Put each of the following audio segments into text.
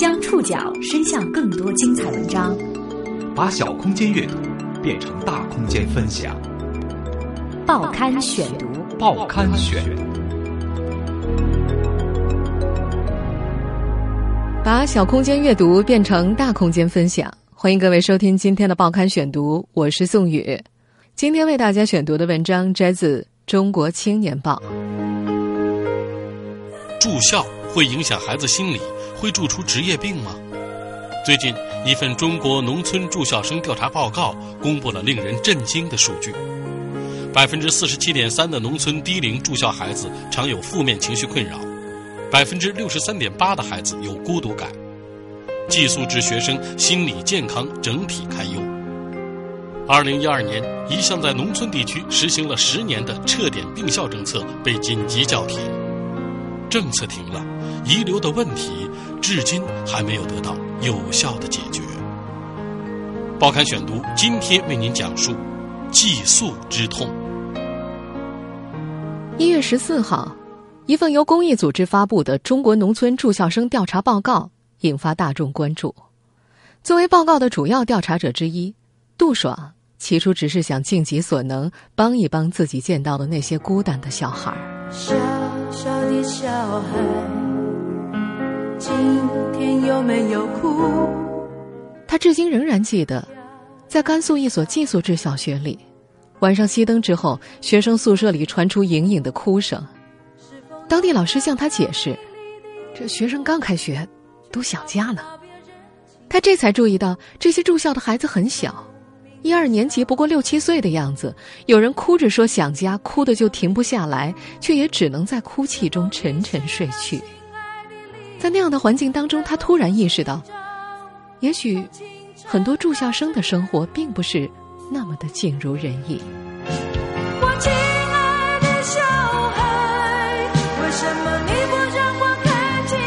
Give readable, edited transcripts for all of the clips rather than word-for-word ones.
将触角伸向更多精彩文章， 把小空间阅读变成大空间分享。 报刊选读， 报刊选。 把小空间阅读变成大空间分享，欢迎各位收听今天的报刊选读，我是宋宇。今天为大家选读的文章摘自《中国青年报》。 住校会影响孩子心理，会住出职业病吗？最近一份中国农村住校生调查报告公布了令人震惊的数据。47.3% 的农村低龄住校孩子常有负面情绪困扰，63.8%的孩子有孤独感，寄宿制学生心理健康整体堪忧。2012年，一项在农村地区实行了10年的撤点并校政策被紧急叫停。政策停了，遗留的问题至今还没有得到有效的解决。报刊选读今天为您讲述寄宿之痛。 1月14号，一份由公益组织发布的中国农村住校生调查报告引发大众关注。作为报告的主要调查者之一，杜爽起初只是想尽己所能帮一帮自己见到的那些孤单的小孩。 小小的小孩，今天有没有哭？ 他至今仍然记得，在甘肃一所寄宿制小学里，晚上熄灯之后，学生宿舍里传出隐隐的哭声。当地老师向他解释，这学生刚开学，都想家了。他这才注意到，这些住校的孩子很小，1、2年级不过6、7岁的样子，有人哭着说想家，哭得就停不下来，却也只能在哭泣中沉沉睡去。在那样的环境当中，他突然意识到，也许很多住校生的生活并不是那么的尽如人意。 我亲爱的小孩，为什么你不让我看清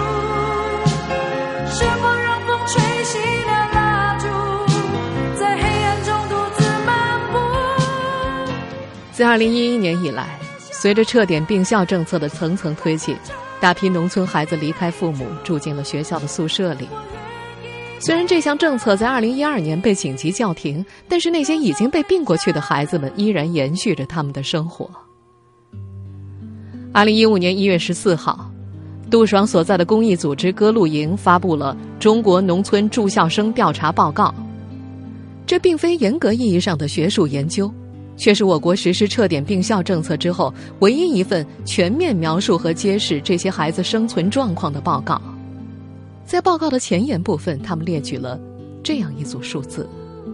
楚？是否让风吹熄了蜡烛，在黑暗中独自漫步？ 自2011年以来，随着撤点并校政策的层层推进，大批农村孩子离开父母，住进了学校的宿舍里。虽然这项政策在2012年被紧急叫停，但是那些已经被并过去的孩子们依然延续着他们的生活。2015年1月14号，杜爽所在的公益组织歌露营发布了《中国农村住校生调查报告》。这并非严格意义上的学术研究，却是我国实施撤点并校政策之后唯一一份全面描述和揭示这些孩子生存状况的报告。在报告的前言部分，他们列举了这样一组数字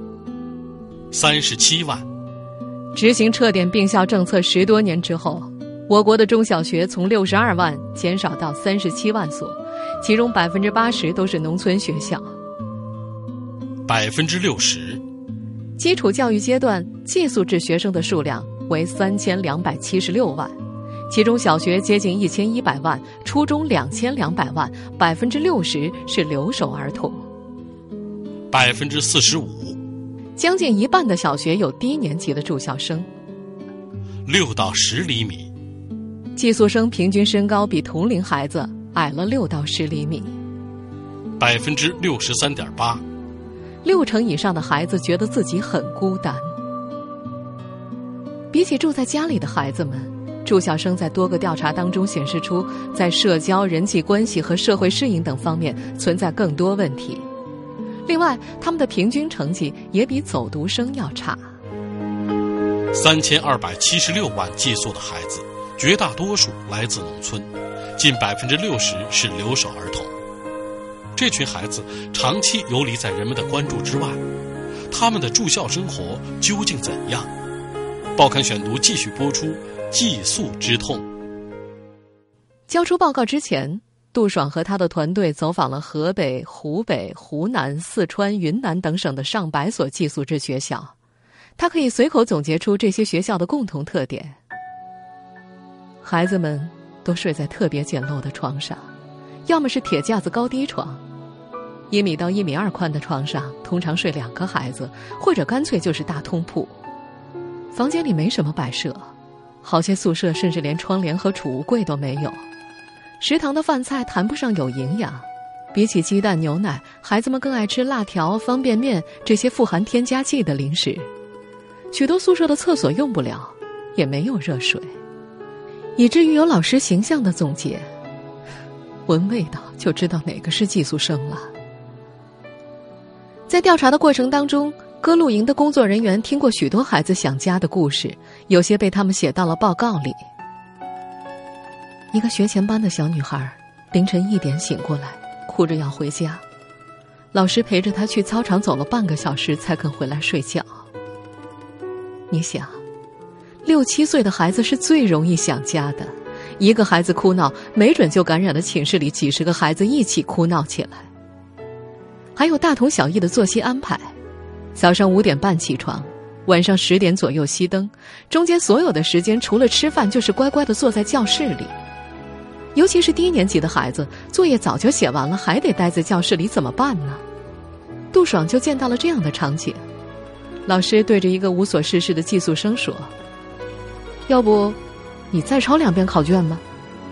：37万。 执行撤点并校政策10多年之后，我国的中小学从62万减少到37万所，其中80%都是农村学校。 60%。 基础教育阶段寄宿制学生的数量为3276万，其中小学接近1100万，初中2200万，60%是留守儿童。 45%。 将近一半的小学有低年级的住校生。 6到10厘米。 寄宿生平均身高比同龄孩子矮了6到10厘米。 63.8%。 60%以上的孩子觉得自己很孤单。比起住在家里的孩子们，住校生在多个调查当中显示出，在社交、人际关系和社会适应等方面存在更多问题。另外，他们的平均成绩也比走读生要差。 3276万寄宿的孩子，绝大多数来自农村，近60%是留守儿童。这群孩子长期游离在人们的关注之外，他们的住校生活究竟怎样？报刊选读继续播出寄宿之痛。 交出报告之前，杜爽和他的团队走访了河北、湖北、湖南、四川、云南等省的上百所寄宿制学校。他可以随口总结出这些学校的共同特点：孩子们都睡在特别简陋的床上，要么是铁架子高低床，1米到1.2米宽的床上通常睡2个孩子，或者干脆就是大通铺。房间里没什么摆设，好些宿舍甚至连窗帘和储物柜都没有。食堂的饭菜谈不上有营养， 比起鸡蛋、牛奶，孩子们更爱吃辣条、方便面这些富含添加剂的零食。许多宿舍的厕所用不了，也没有热水，以至于有老师形象的总结：闻味道就知道哪个是寄宿生了。在调查的过程当中，歌露营的工作人员听过许多孩子想家的故事，有些被他们写到了报告里。一个学前班的小女孩凌晨1点醒过来，哭着要回家，老师陪着她去操场走了半个小时才肯回来睡觉。你想，6、7岁的孩子是最容易想家的，一个孩子哭闹，没准就感染了寝室里几10个孩子一起哭闹起来。还有大同小异的作息安排，早上5点半起床，晚上10点左右熄灯，中间所有的时间除了吃饭就是乖乖地坐在教室里。尤其是低年级的孩子，作业早就写完了，还得待在教室里，怎么办呢？杜爽就见到了这样的场景，老师对着一个无所事事的寄宿生说：要不你再抄2遍考卷吗？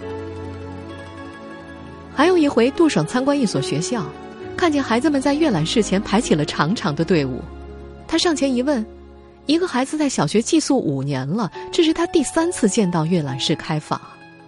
还有一回，杜爽参观一所学校，看见孩子们在阅览室前排起了长长的队伍，他上前一问，一个孩子在小学寄宿5年了，这是他第3次见到阅览室开放。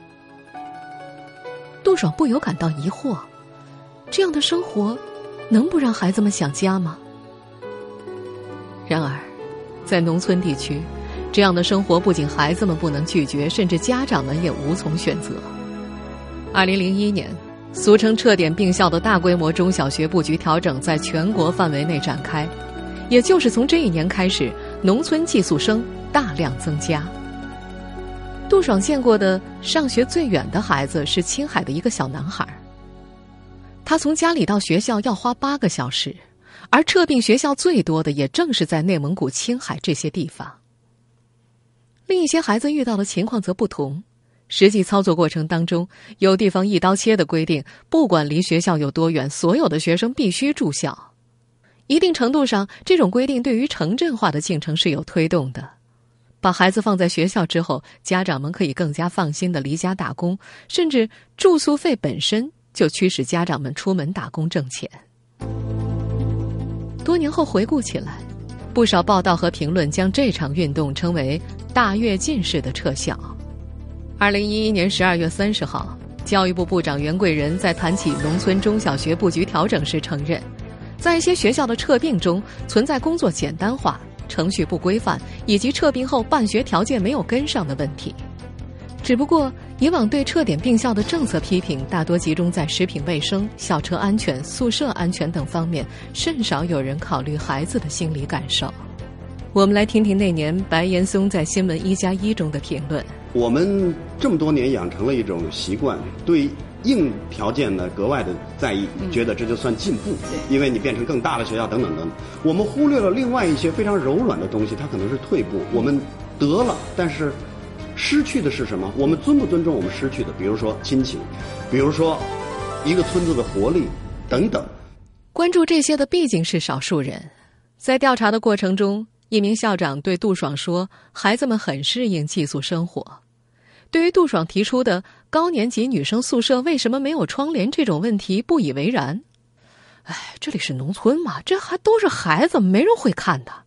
杜爽不由感到疑惑，这样的生活能不让孩子们想家吗？然而在农村地区，这样的生活不仅孩子们不能拒绝，甚至家长们也无从选择。2001年，俗称撤点并校的大规模中小学布局调整在全国范围内展开，也就是从这一年开始，农村寄宿生大量增加。杜爽见过的上学最远的孩子是青海的一个小男孩，他从家里到学校要花8个小时，而撤并学校最多的也正是在内蒙古、青海这些地方。另一些孩子遇到的情况则不同，实际操作过程当中，有地方一刀切的规定，不管离学校有多远，所有的学生必须住校。一定程度上，这种规定对于城镇化的进程是有推动的。把孩子放在学校之后，家长们可以更加放心地离家打工，甚至住宿费本身就驱使家长们出门打工挣钱。多年后回顾起来，不少报道和评论将这场运动称为大跃进式的撤校。2011年12月30号，教育部部长袁贵仁在谈起农村中小学布局调整时承认，在一些学校的撤并中存在工作简单化、程序不规范以及撤并后办学条件没有跟上的问题。只不过以往对撤点并校的政策批评大多集中在食品卫生、校车安全、宿舍安全等方面，甚少有人考虑孩子的心理感受。我们来听听那年白岩松在新闻1+1中的评论。 我们这么多年养成了一种习惯，对硬条件呢格外的在意，觉得这就算进步，因为你变成更大的学校等等等等。我们忽略了另外一些非常柔软的东西，它可能是退步。我们得了，但是失去的是什么？我们尊不尊重我们失去的？比如说亲情，比如说一个村子的活力等等。 关注这些的毕竟是少数人。在调查的过程中，一名校长对杜爽说，孩子们很适应寄宿生活。对于杜爽提出的高年级女生宿舍为什么没有窗帘这种问题不以为然。这里是农村嘛，这还都是孩子，没人会看的。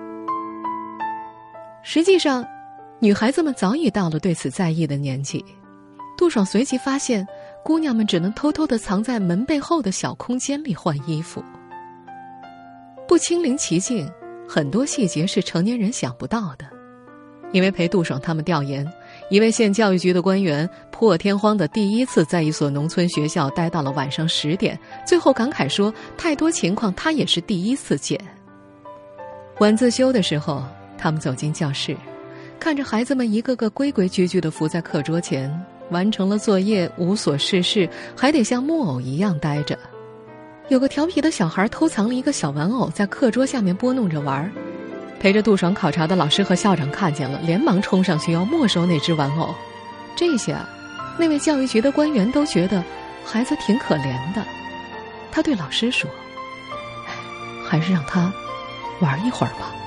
实际上，女孩子们早已到了对此在意的年纪。杜爽随即发现，姑娘们只能偷偷地藏在门背后的小空间里换衣服。不亲临其境，很多细节是成年人想不到的。因为陪杜爽他们调研，一位县教育局的官员破天荒的第一次在一所农村学校待到了晚上10点，最后感慨说，太多情况他也是第一次见。晚自修的时候，他们走进教室，看着孩子们一个个规规矩矩地伏在课桌前，完成了作业，无所事事，还得像木偶一样待着。有个调皮的小孩偷藏了一个小玩偶，在课桌下面拨弄着玩。陪着杜爽考察的老师和校长看见了，连忙冲上去要没收那只玩偶。这下那位教育局的官员都觉得孩子挺可怜的。他对老师说，还是让他玩一会儿吧。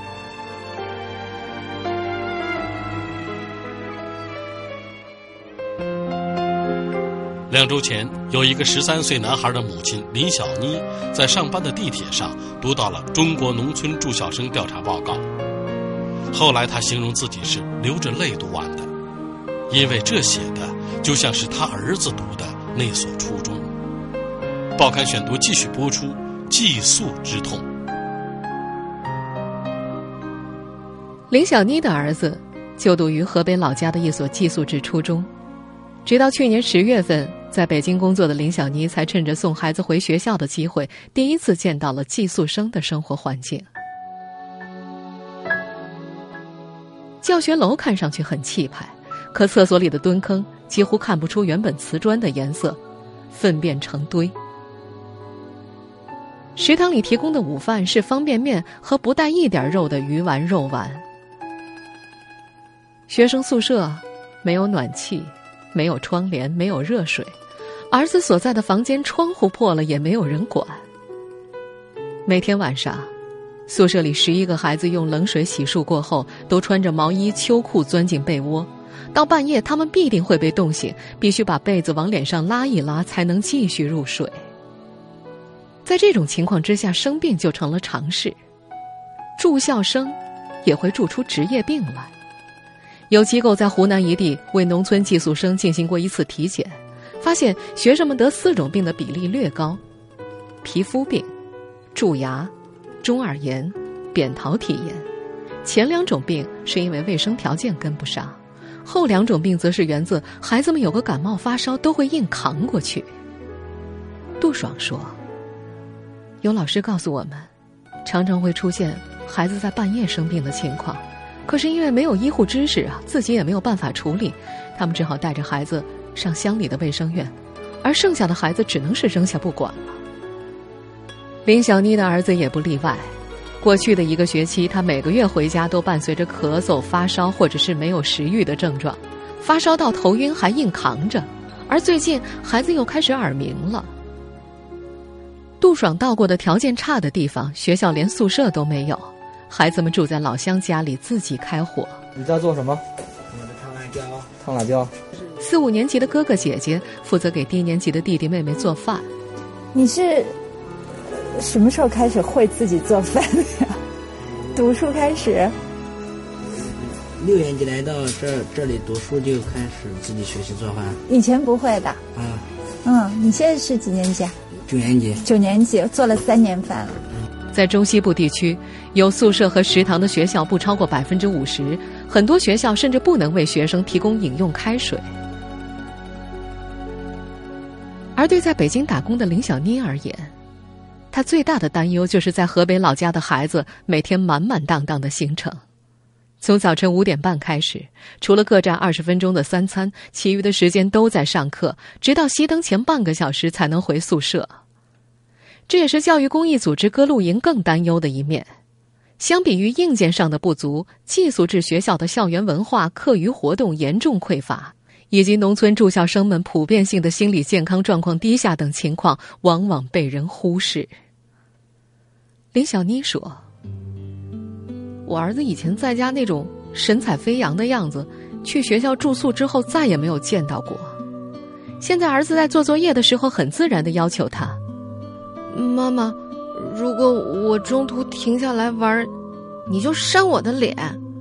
2周前，有一个13岁男孩的母亲林小妮在上班的地铁上读到了中国农村住校生调查报告。后来他形容自己是流着泪读完的，因为这写的就像是他儿子读的那所初中。报刊选读继续播出寄宿之痛。 林小妮的儿子就读于河北老家的一所寄宿制初中，直到去年10月份，在北京工作的林小妮才趁着送孩子回学校的机会，第一次见到了寄宿生的生活环境。教学楼看上去很气派，可厕所里的蹲坑几乎看不出原本瓷砖的颜色，粪便成堆。食堂里提供的午饭是方便面和不带一点肉的鱼丸肉丸。学生宿舍没有暖气，没有窗帘，没有热水，儿子所在的房间窗户破了也没有人管。每天晚上，宿舍里11个孩子用冷水洗漱过后，都穿着毛衣秋裤钻进被窝，到半夜他们必定会被冻醒，必须把被子往脸上拉一拉才能继续入睡。在这种情况之下，生病就成了常事，住校生也会住出职业病来。有机构在湖南一地为农村寄宿生进行过一次体检，发现学生们得4种病的比例略高：皮肤病、蛀牙、中耳炎、扁桃体炎。前2种病是因为卫生条件跟不上，后2种病则是源自孩子们有个感冒发烧都会硬扛过去。杜爽说，有老师告诉我们，常常会出现孩子在半夜生病的情况，可是因为没有医护知识自己也没有办法处理，他们只好带着孩子上乡里的卫生院，而剩下的孩子只能是扔下不管了。林小妮的儿子也不例外，过去的1个学期，他每个月回家都伴随着咳嗽、发烧或者是没有食欲的症状，发烧到头晕还硬扛着，而最近孩子又开始耳鸣了。杜爽到过的条件差的地方，学校连宿舍都没有，孩子们住在老乡家里自己开火。 你在做什么？我在烫辣椒。烫辣椒。 4、5年级的哥哥姐姐负责给低年级的弟弟妹妹做饭。 你是什么时候开始会自己做饭的呀？读书开始 ？6年级来到这里读书就开始自己学习做饭。 以前不会的。你现在是几年级啊 ？9年级。 9年级，做了3年饭了。 在中西部地区，有宿舍和食堂的学校不超过50%，很多学校甚至不能为学生提供饮用开水。而对在北京打工的林小妮而言，她最大的担忧就是在河北老家的孩子每天满满当当的行程。从早晨5点半开始，除了各站20分钟的3餐，其余的时间都在上课，直到熄灯前半个小时才能回宿舍。这也是教育公益组织歌露营更担忧的一面。相比于硬件上的不足，寄宿制学校的校园文化、课余活动严重匮乏，以及农村住校生们普遍性的心理健康状况低下等情况，往往被人忽视。林小妮说，我儿子以前在家那种神采飞扬的样子，去学校住宿之后再也没有见到过。现在儿子在做作业的时候很自然地要求他，妈妈，如果我中途停下来玩，你就扇我的脸。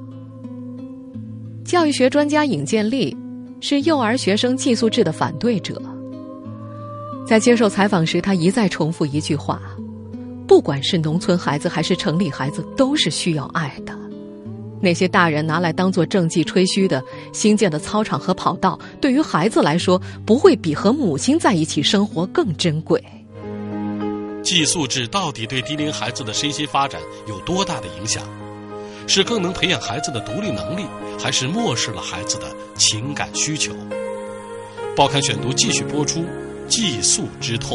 教育学专家尹建莉是幼儿学生寄宿制的反对者。在接受采访时，他一再重复一句话，不管是农村孩子还是城里孩子，都是需要爱的。那些大人拿来当作政绩吹嘘的新建的操场和跑道，对于孩子来说，不会比和母亲在一起生活更珍贵。 寄宿制到底对低龄孩子的身心发展有多大的影响？是更能培养孩子的独立能力，还是漠视了孩子的情感需求？报刊选读继续播出寄宿之痛。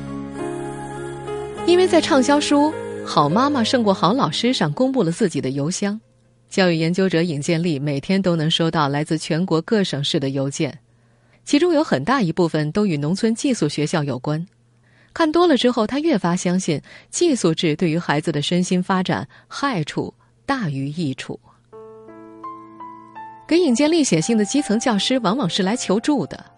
因为在畅销书《好妈妈胜过好老师》上公布了自己的邮箱，教育研究者尹建莉每天都能收到来自全国各省市的邮件，其中有很大一部分都与农村寄宿学校有关。看多了之后，他越发相信寄宿制对于孩子的身心发展害处大于益处。给尹建莉写信的基层教师往往是来求助的，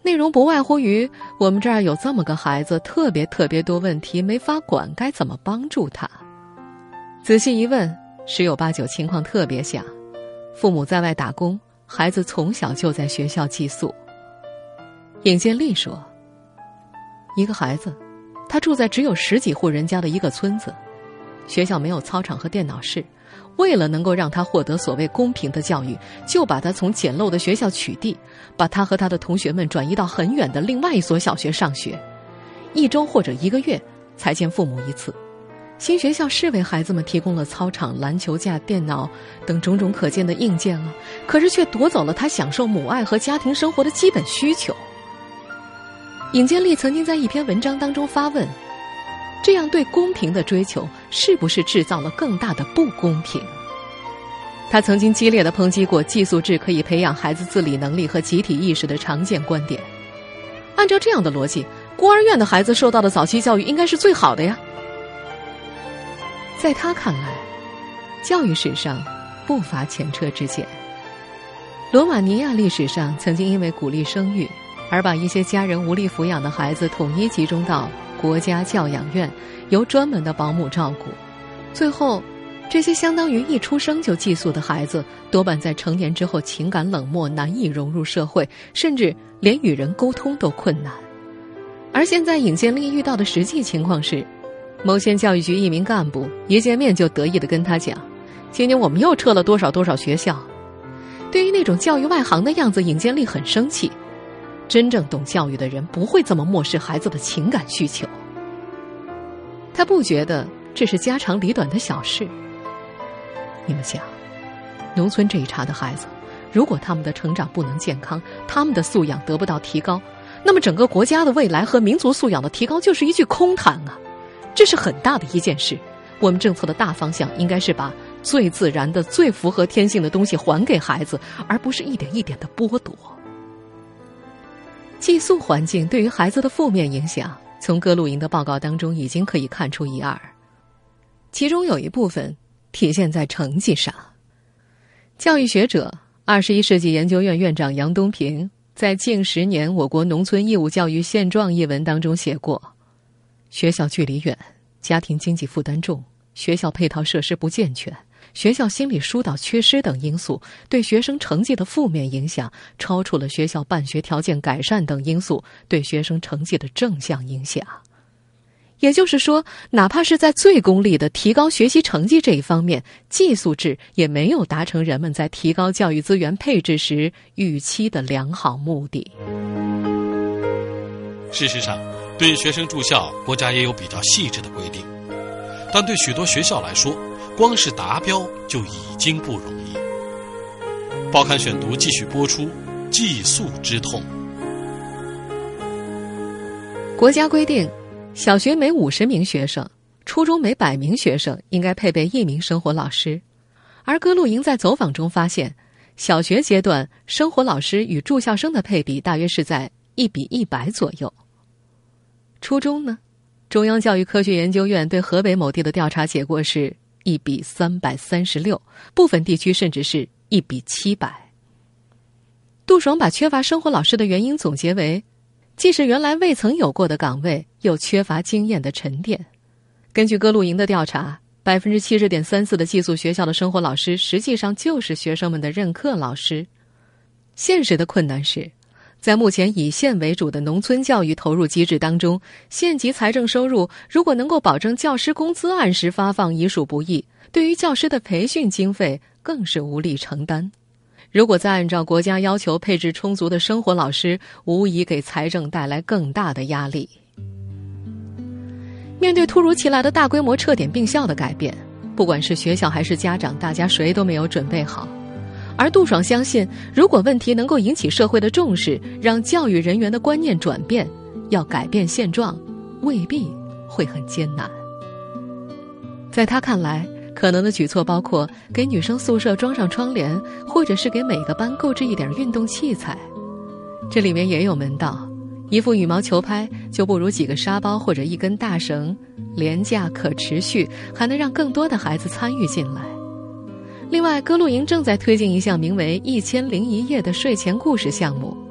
内容不外乎于我们这儿有这么个孩子，特别多问题没法管，该怎么帮助他？仔细一问，十有八九情况特别像，父母在外打工，孩子从小就在学校寄宿。尹建莉说，一个孩子，他住在只有10几户人家的一个村子，学校没有操场和电脑室，为了能够让他获得所谓公平的教育，就把他从简陋的学校取缔，把他和他的同学们转移到很远的另外一所小学上学，1周或者1个月才见父母一次。新学校是为孩子们提供了操场、篮球架、电脑等种种可见的硬件啊，可是却夺走了他享受母爱和家庭生活的基本需求。尹建莉曾经在一篇文章当中发问，这样对公平的追求是不是制造了更大的不公平？他曾经激烈地抨击过寄宿制可以培养孩子自理能力和集体意识的常见观点。按照这样的逻辑，孤儿院的孩子受到的早期教育应该是最好的呀。在他看来，教育史上不乏前车之鉴。罗马尼亚历史上曾经因为鼓励生育，而把一些家人无力抚养的孩子统一集中到国家教养院，由专门的保姆照顾。最后，这些相当于一出生就寄宿的孩子，多半在成年之后情感冷漠，难以融入社会，甚至连与人沟通都困难。而现在尹建莉遇到的实际情况是，某县教育局一名干部一见面就得意地跟他讲，今年我们又撤了多少多少学校。对于那种教育外行的样子，尹建莉很生气。真正懂教育的人不会这么漠视孩子的情感需求。他不觉得这是家长里短的小事。你们想，农村这一茬的孩子，如果他们的成长不能健康，他们的素养得不到提高，那么整个国家的未来和民族素养的提高就是一句空谈啊！这是很大的一件事。我们政策的大方向应该是把最自然的、最符合天性的东西还给孩子，而不是一点一点的剥夺。寄宿环境对于孩子的负面影响，从各露营的报告当中已经可以看出一二。其中有一部分体现在成绩上。教育学者、21世纪研究院院长杨东平在《近10年我国农村义务教育现状》一文当中写过，学校距离远，家庭经济负担重，学校配套设施不健全，学校心理疏导缺失等因素对学生成绩的负面影响，超出了学校办学条件改善等因素对学生成绩的正向影响。也就是说，哪怕是在最功利的提高学习成绩这一方面，寄宿制也没有达成人们在提高教育资源配置时预期的良好目的。 事实上，对学生住校，国家也有比较细致的规定，但对许多学校来说，光是达标就已经不容易。报刊选读继续播出寄宿之痛。 国家规定，小学每50名学生，初中每100名学生应该配备1名生活老师。而歌露营在走访中发现，小学阶段生活老师与住校生的配比大约是在1:100左右。初中呢，中央教育科学研究院对河北某地的调查结果是1:336，部分地区甚至是1:700。杜爽把缺乏生活老师的原因总结为，既是原来未曾有过的岗位，又缺乏经验的沉淀。根据歌露营的调查，70.34%的寄宿学校的生活老师实际上就是学生们的任课老师。现实的困难是，在目前以县为主的农村教育投入机制当中，县级财政收入如果能够保证教师工资按时发放，已属不易，对于教师的培训经费更是无力承担。如果再按照国家要求配置充足的生活老师，无疑给财政带来更大的压力。面对突如其来的大规模撤点并校的改变，不管是学校还是家长，大家谁都没有准备好。而杜爽相信，如果问题能够引起社会的重视，让教育人员的观念转变，要改变现状，未必会很艰难。在他看来，可能的举措包括给女生宿舍装上窗帘，或者是给每个班购置一点运动器材。这里面也有门道，一副羽毛球拍就不如几个沙包或者一根大绳，廉价可持续，还能让更多的孩子参与进来。另外，歌露营正在推进一项名为《1001夜》的睡前故事项目，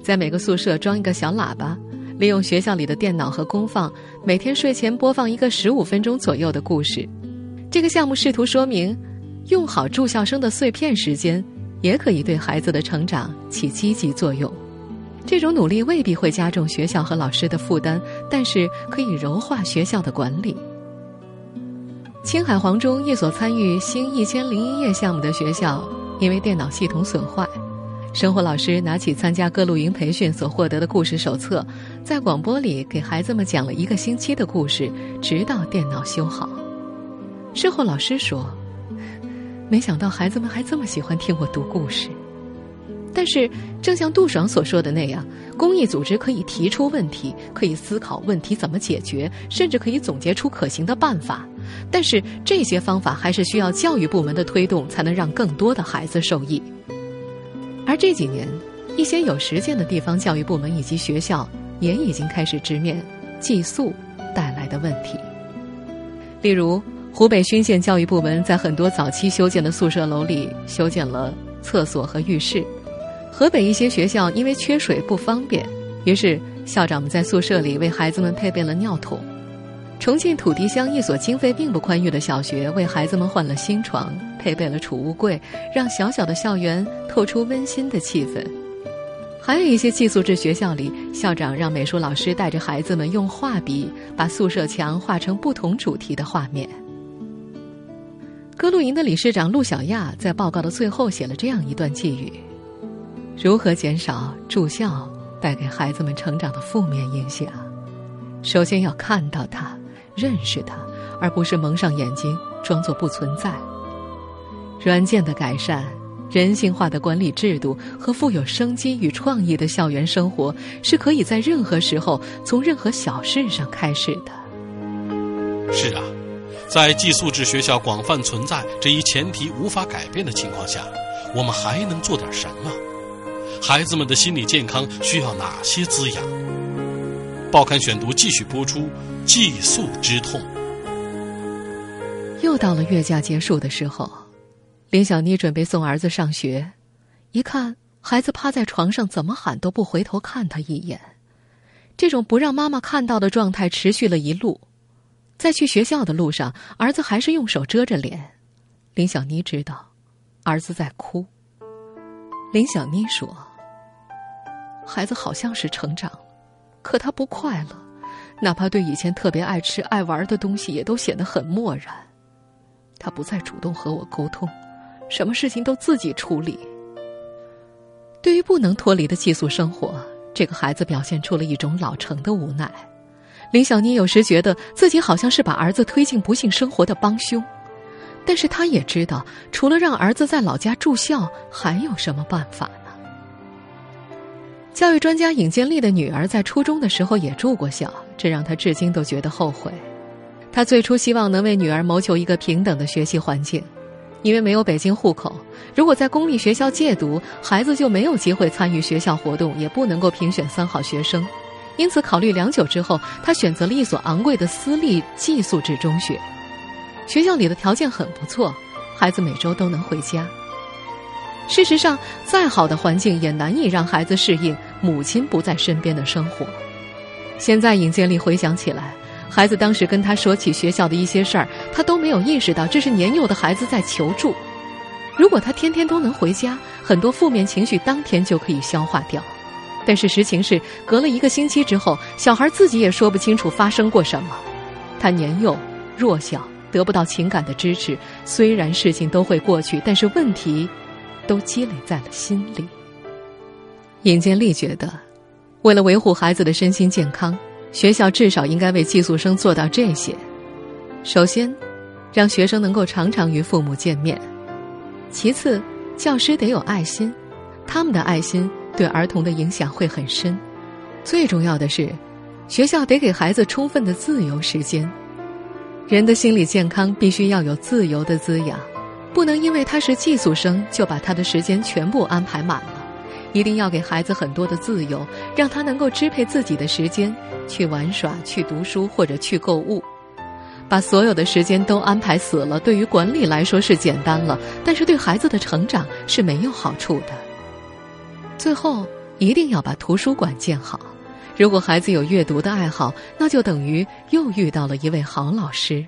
在每个宿舍装一个小喇叭，利用学校里的电脑和功放，每天睡前播放一个15分钟左右的故事。这个项目试图说明，用好住校生的碎片时间，也可以对孩子的成长起积极作用。这种努力未必会加重学校和老师的负担，但是可以柔化学校的管理。青海黄中一所参与新1001夜项目的学校，因为电脑系统损坏，生活老师拿起参加歌露营培训所获得的故事手册，在广播里给孩子们讲了1个星期的故事，直到电脑修好。事后老师说，没想到孩子们还这么喜欢听我读故事。但是正像杜爽所说的那样，公益组织可以提出问题，可以思考问题怎么解决，甚至可以总结出可行的办法，但是这些方法还是需要教育部门的推动，才能让更多的孩子受益。而这几年，一些有实践的地方教育部门以及学校也已经开始直面寄宿带来的问题。例如湖北埙县教育部门在很多早期修建的宿舍楼里修建了厕所和浴室，河北一些学校因为缺水不方便，于是校长们在宿舍里为孩子们配备了尿桶。重庆土地乡一所经费并不宽裕的小学为孩子们换了新床，配备了储物柜，让小小的校园透出温馨的气氛。还有一些寄宿制学校里，校长让美术老师带着孩子们用画笔把宿舍墙画成不同主题的画面。歌露营的理事长陆小亚在报告的最后写了这样一段寄语：如何减少住校带给孩子们成长的负面影响？首先要看到它，认识它，而不是蒙上眼睛装作不存在。软件的改善，人性化的管理制度和富有生机与创意的校园生活，是可以在任何时候从任何小事上开始的。 是啊，在寄宿制学校广泛存在这一前提无法改变的情况下，我们还能做点什么？孩子们的心理健康需要哪些滋养？报刊选读继续播出寄宿之痛。 又到了月假结束的时候，林小妮准备送儿子上学，一看孩子趴在床上怎么喊都不回头看他一眼。这种不让妈妈看到的状态持续了一路。在去学校的路上，儿子还是用手遮着脸。林小妮知道儿子在哭。林小妮说，孩子好像是成长了，可他不快乐，哪怕对以前特别爱吃爱玩的东西也都显得很漠然。他不再主动和我沟通，什么事情都自己处理。对于不能脱离的寄宿生活，这个孩子表现出了一种老成的无奈。林小妮有时觉得自己好像是把儿子推进不幸生活的帮凶，但是他也知道，除了让儿子在老家住校，还有什么办法呢？教育专家尹建莉的女儿在初中的时候也住过校，这让她至今都觉得后悔。她最初希望能为女儿谋求一个平等的学习环境，因为没有北京户口，如果在公立学校借读，孩子就没有机会参与学校活动，也不能够评选3好学生。因此考虑良久之后，她选择了一所昂贵的私立寄宿制中学。学校里的条件很不错，孩子每周都能回家。事实上，再好的环境也难以让孩子适应母亲不在身边的生活。现在尹建莉回想起来，孩子当时跟他说起学校的一些事儿，他都没有意识到这是年幼的孩子在求助。如果他天天都能回家，很多负面情绪当天就可以消化掉。但是实情是，隔了1个星期之后，小孩自己也说不清楚发生过什么。他年幼弱小，得不到情感的支持，虽然事情都会过去，但是问题都积累在了心里。尹建莉觉得，为了维护孩子的身心健康，学校至少应该为寄宿生做到这些。首先，让学生能够常常与父母见面。其次，教师得有爱心，他们的爱心对儿童的影响会很深。最重要的是，学校得给孩子充分的自由时间。人的心理健康必须要有自由的滋养，不能因为他是寄宿生就把他的时间全部安排满了。一定要给孩子很多的自由，让他能够支配自己的时间，去玩耍，去读书或者去购物。把所有的时间都安排死了，对于管理来说是简单了，但是对孩子的成长是没有好处的。最后， 一定要把图书馆建好。如果孩子有阅读的爱好，那就等于又遇到了一位好老师。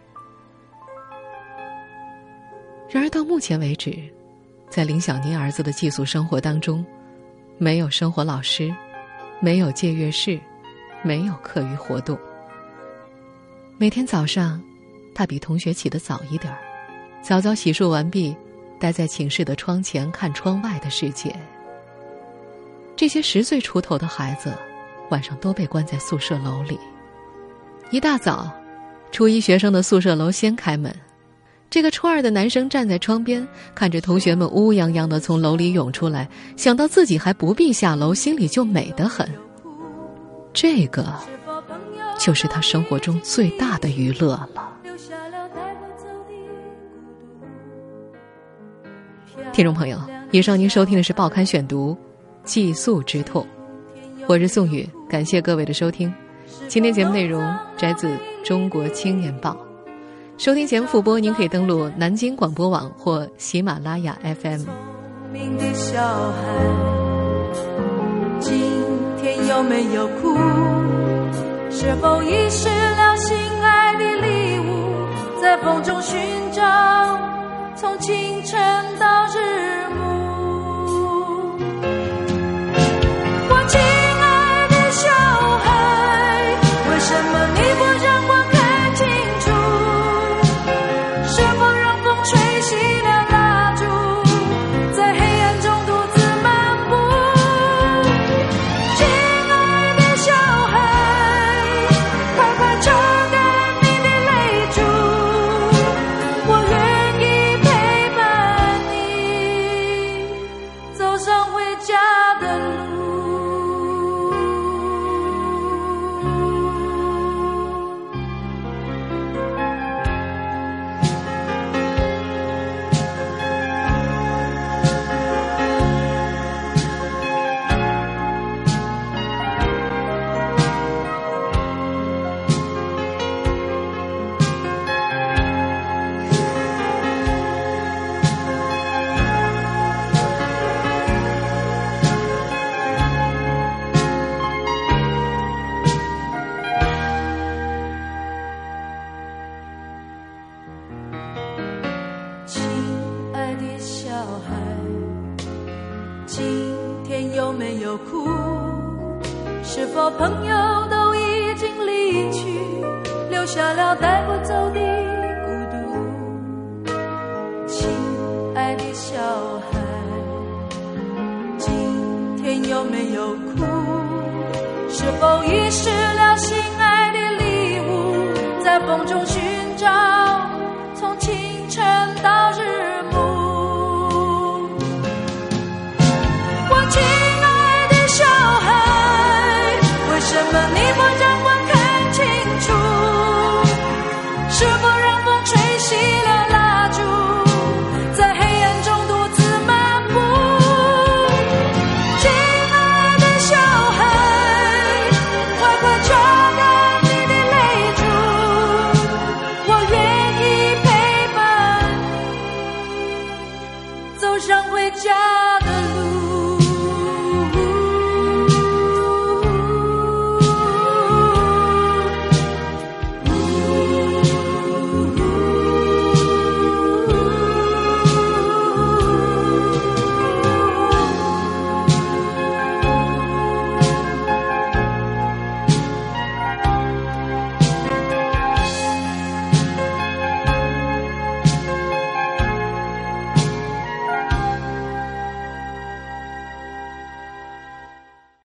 然而到目前为止，在林小妮儿子的寄宿生活当中，没有生活老师，没有借阅室，没有课余活动。每天早上，他比同学起得早一点儿，早早洗漱完毕，待在寝室的窗前看窗外的世界。这些10岁出头的孩子，晚上都被关在宿舍楼里。一大早，初一学生的宿舍楼先开门，这个初二的男生站在窗边，看着同学们乌泱泱地从楼里涌出来，想到自己还不必下楼，心里就美得很。这个就是他生活中最大的娱乐了。听众朋友，以上您收听的是报刊选读《寄宿之痛》，我是宋宇，感谢各位的收听。今天节目内容摘自《中国青年报》。收听节目复播，您可以登录南京广播网或喜马拉雅 FM。 明的小孩，今天有没有哭？是否遗失了心爱的礼物？在风中寻找，从清晨到日暮。我亲爱的小孩，为什么你不让我看清楚？是否让风吹熄了蜡烛，在黑暗中独自漫步？亲爱的小孩，快快擦干你的泪珠，我愿意陪伴你走上回家的路。亲爱的小孩，今天有没有哭？是否朋友都已经离去，留下了带不走的孤独？亲爱的小孩，今天有没有哭？是否遗失了心爱的礼物？在风中寻找，从清晨到日暮。我亲爱的小孩，为什么你不